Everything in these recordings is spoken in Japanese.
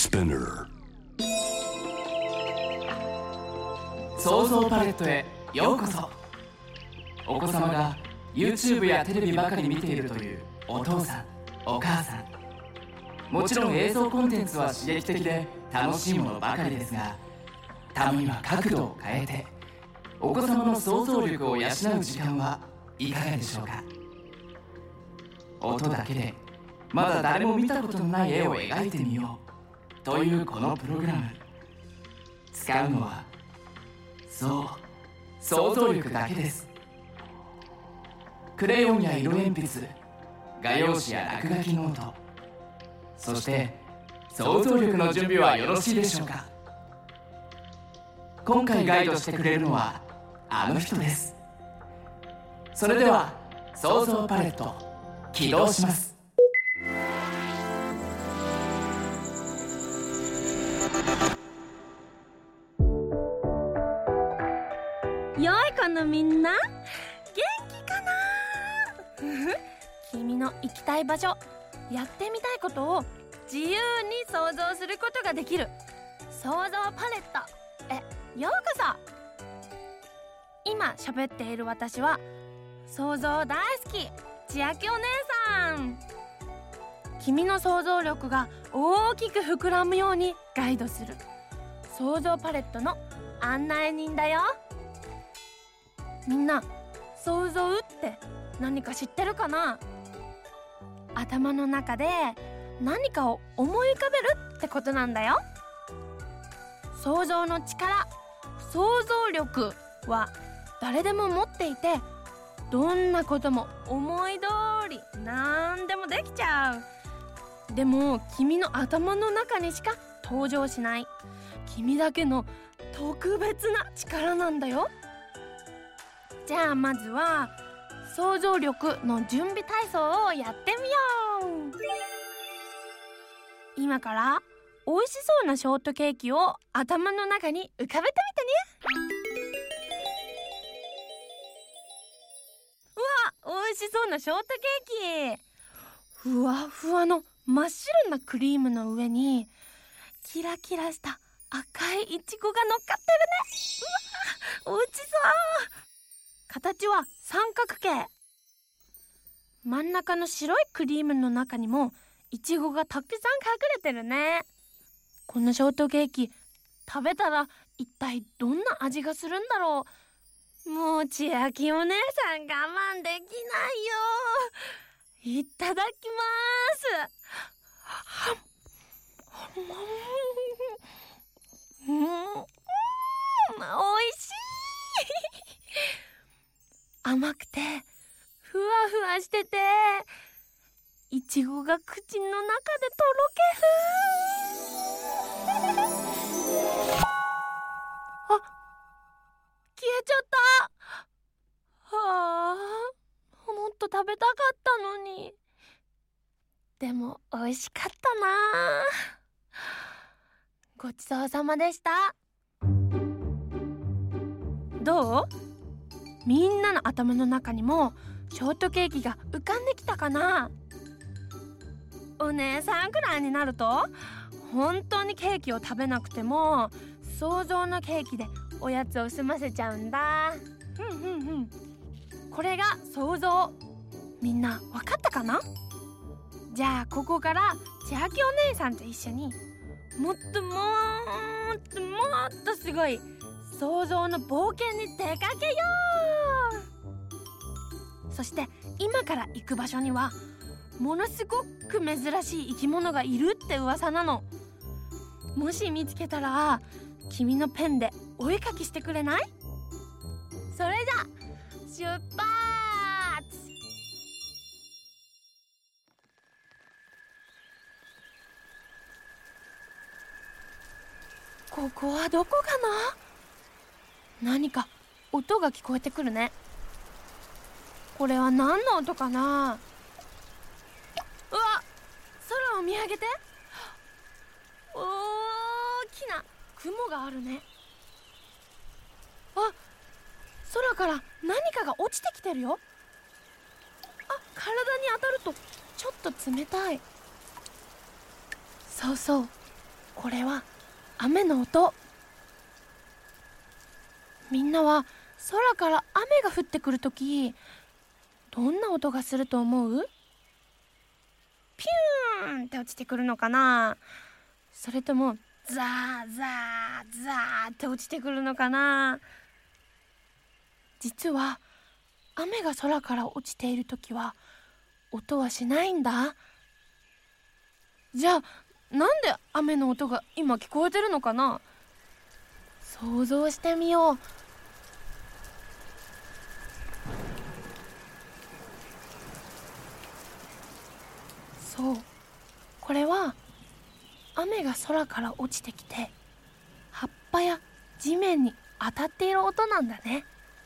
Spinner 創造パレットへようこそ。お子様が YouTube やテレビばかり見ているというお父さんお母さん、もちろん映像コンテンツは刺激的で楽しいものばかりですが、たまには角度を変えてお子様の想像力を養う時間はいかがでしょうか。音だけでまだ誰も見たことのない絵を描いてみようというこのプログラム。使うのはそう、想像力だけです。クレヨンや色鉛筆、画用紙や落書きノート、そして想像力の準備はよろしいでしょうか。今回ガイドしてくれるのはあの人です。それでは想像パレット起動します。 よい子のみんな、元気かな君の行きたい場所、やってみたいことを自由に想像することができる想像パレットへようこそ。今喋っている私は想像大好き千秋お姉さん。君の想像力が大きく膨らむようにガイドする想像パレットの案内人だよ。みんな、想像って何か知ってるかな？頭の中で何かを思い浮かべるってことなんだよ。想像の力、想像力は誰でも持っていて、どんなことも思い通り何でもできちゃう。でも君の頭の中にしか登場しない君だけの特別な力なんだよ。じゃあまずは想像力の準備体操をやってみよう。今から美味しそうなショートケーキを頭の中に浮かべてみてね。うわ、美味しそうなショートケーキ。ふわふわの真っ白なクリームの上にキラキラした赤いイチゴが乗っかってるね。うわ、美味しそう。形は三角形。真ん中の白いクリームの中にもイチゴがたくさん隠れてるね。このショートケーキ食べたら一体どんな味がするんだろう。もう千秋お姉さん我慢できないよ。いただきます。おいしい。甘くてふわふわしてて、いちごが口の中でとろける。あ、消えちゃった。はあ、もっと食べたかったのに。でも美味しかったな。ごちそうさまでした。どう？みんなの頭の中にもショートケーキが浮かんできたかな？お姉さんくらいになると本当にケーキを食べなくても想像のケーキでおやつを済ませちゃうんだ。これが想像。みんなわかったかな？じゃあここから千秋お姉さんと一緒にもっともっともっとすごい想像の冒険に出かけよう。そして今から行く場所にはものすごく珍しい生き物がいるって噂なの。もし見つけたら君のペンでお絵かきしてくれない？それじゃ出発。ここはどこかな？何か音が聞こえてくるね。これは何の音かな？うわ、空を見上げて。大きな雲があるね。あ、空から何かが落ちてきてるよ。あ、体に当たるとちょっと冷たい。そうそう、 これは雨の音。みんなは空から雨が降ってくるとき、どんな音がすると思う？ピューンって落ちてくるのかな？それともザーザーザーって落ちてくるのかな？実は雨が空から落ちているときは音はしないんだ。じゃあなんで雨の音が今聞こえてるのかな？想像してみよう。そう、これは雨が空から落ちてきて葉っぱや地面に当たっている音なんだね。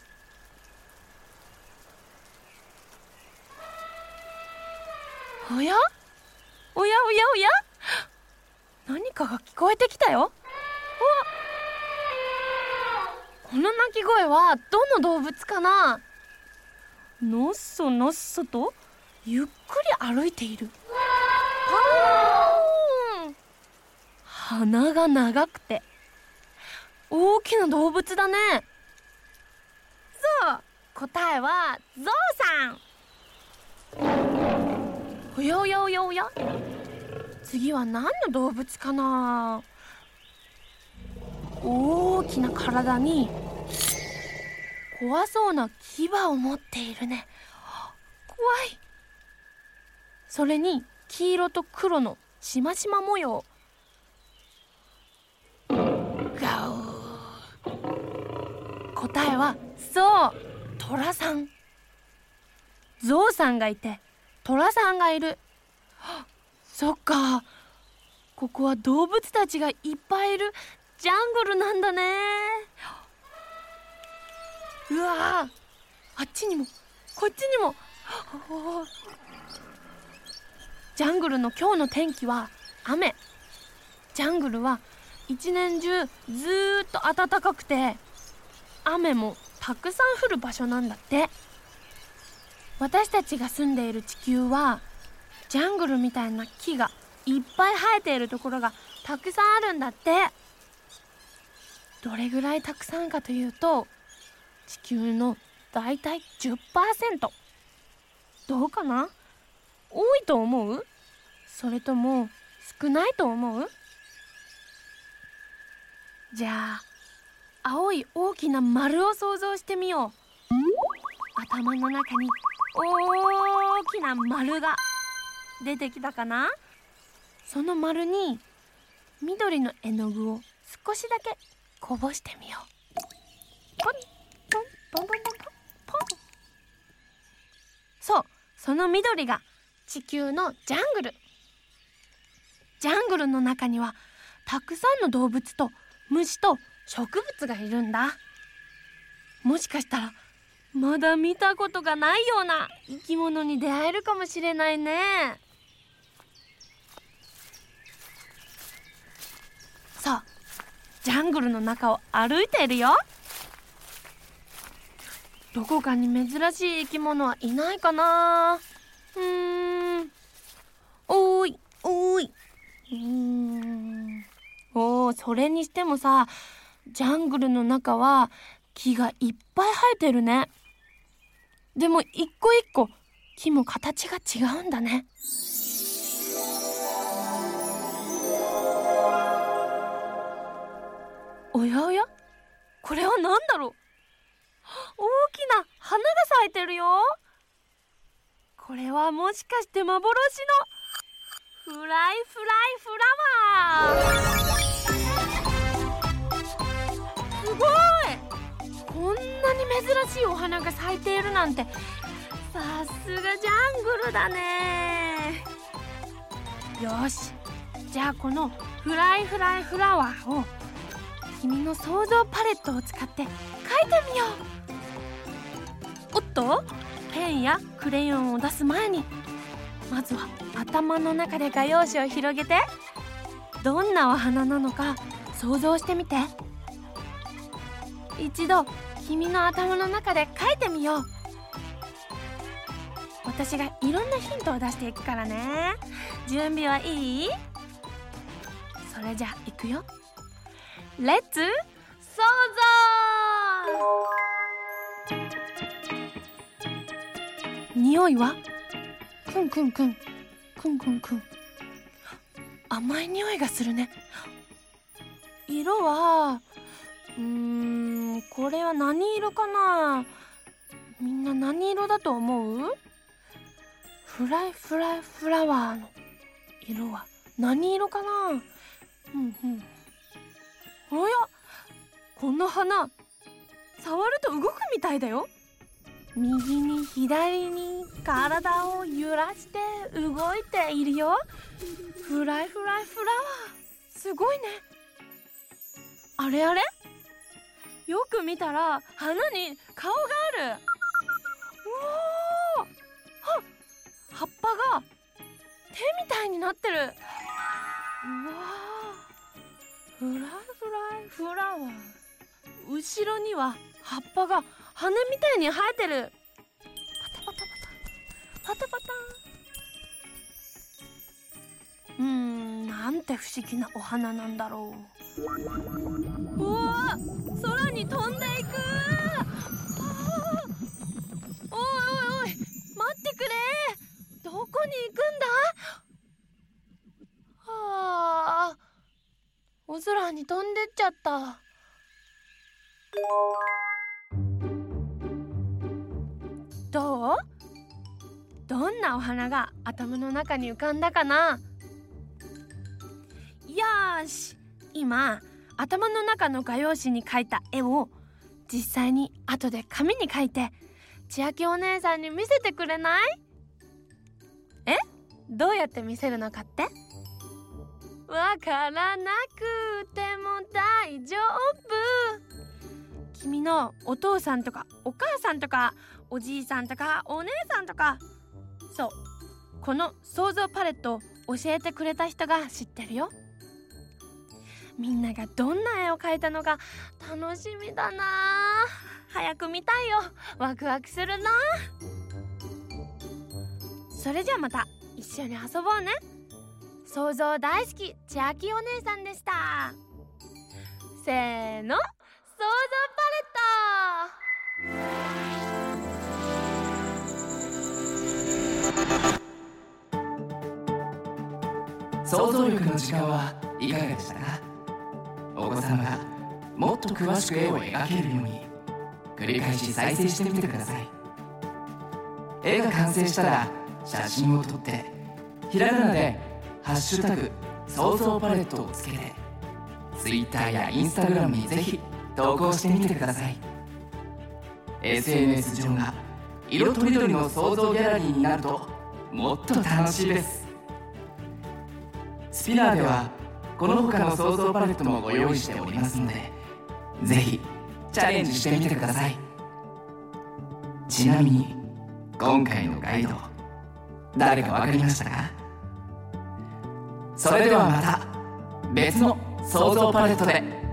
おやおやおやおや、何かが聞こえてきたよ。この鳴き声はどの動物かな？のっそのっそとゆっくり歩いている。鼻が長くて大きな動物だね。そう、答えはゾウさん。おやおやおやおや、次は何の動物かな？大きな体に怖そうな牙を持っているね。怖い。それに黄色と黒のしましま模様。ガオー。答えはそう、トラさん。ゾウさんがいてトラさんがいる。そっか、ここは動物たちがいっぱいいるジャングルなんだね。うわー、あっちにもこっちにも。ジャングルの今日の天気は雨。ジャングルは一年中ずーっと暖かくて雨もたくさん降る場所なんだって。私たちが住んでいる地球はジャングルみたいな木がいっぱい生えているところがたくさんあるんだって。どれぐらいたくさんかというと地球のだいたい 10%。 どうかな？多いと思う？それとも少ないと思う？じゃあ青い大きな丸を想像してみよう。頭の中に大きな丸が出てきたかな？その丸に緑の絵の具を少しだけこぼしてみよう。ポンポンポンポンポンポン。そう、その緑が地球のジャングル。ジャングルの中にはたくさんの動物と虫と植物がいるんだ。もしかしたらまだ見たことがないような生き物に出会えるかもしれないね。さあ、ジャングルの中を歩いているよ。どこかに珍しい生き物はいないかな？おーいおーい。それにしてもさ、ジャングルの中は木がいっぱい生えてるね。でも一個一個木も形が違うんだね。おやおや、これは何だろう？大きな花が咲いてるよ。これはもしかして幻のフライフライフラワー。すごい！こんなに珍しいお花が咲いているなんて、さすがジャングルだね。よし、じゃあこのフライフライフラワーを君の想像パレットを使って描いてみよう。おっと、ペンやクレヨンを出す前にまずは頭の中で画用紙を広げて、どんなお花なのか想像してみて。一度君の頭の中で描いてみよう。私がいろんなヒントを出していくからね。準備はいい？ それじゃいくよ。レッツ想像。匂いはクンクンクンクンクンクン、甘い匂いがするね。色はこれは何色かな。みんな何色だと思う？フライフライフラワーの色は何色かな。おや、この花触ると動くみたいだよ。右に左に体を揺らして動いているよ。フライフライフラワー、すごいね。あれあれ、よく見たら花に顔がある。うおー、葉っぱが手みたいになってる。うわー、フライフライフラワー。後ろには葉っぱが羽みたいに生えてる。パタパタパタパタパタ。なんて不思議なお花なんだろう。うわ、空に飛んでいく。おいおいおい、待ってくれ。どこに行くんだ。はあ、お空に飛んでっちゃった。どんなお花が頭の中に浮かんだかな。よーし、今頭の中の画用紙に描いた絵を実際に後で紙に描いて千秋お姉さんに見せてくれない？どうやって見せるのかって？わからなくても大丈夫。君のお父さんとかお母さんとかおじいさんとかお姉さんとか、そう、この想像パレットを教えてくれた人が知ってるよ。みんながどんな絵を描いたのか楽しみだな。早く見たいよ。ワクワクするな。それじゃあまた一緒に遊ぼうね。想像大好き千秋お姉さんでした。せーの、想像パレット。想像力の時間はいかがでしたか？お子様がもっと詳しく絵を描けるように繰り返し再生してみてください。絵が完成したら写真を撮ってひらがなでハッシュタグ想像パレットをつけて Twitter や Instagram にぜひ投稿してみてください。 SNS 上が色とりどりの想像ギャラリーになるともっと楽しいです。スピナーではこの他の想像パレットもご用意しておりますので、ぜひチャレンジしてみてください。ちなみに今回のガイド、誰か分かりましたか？それではまた別の想像パレットで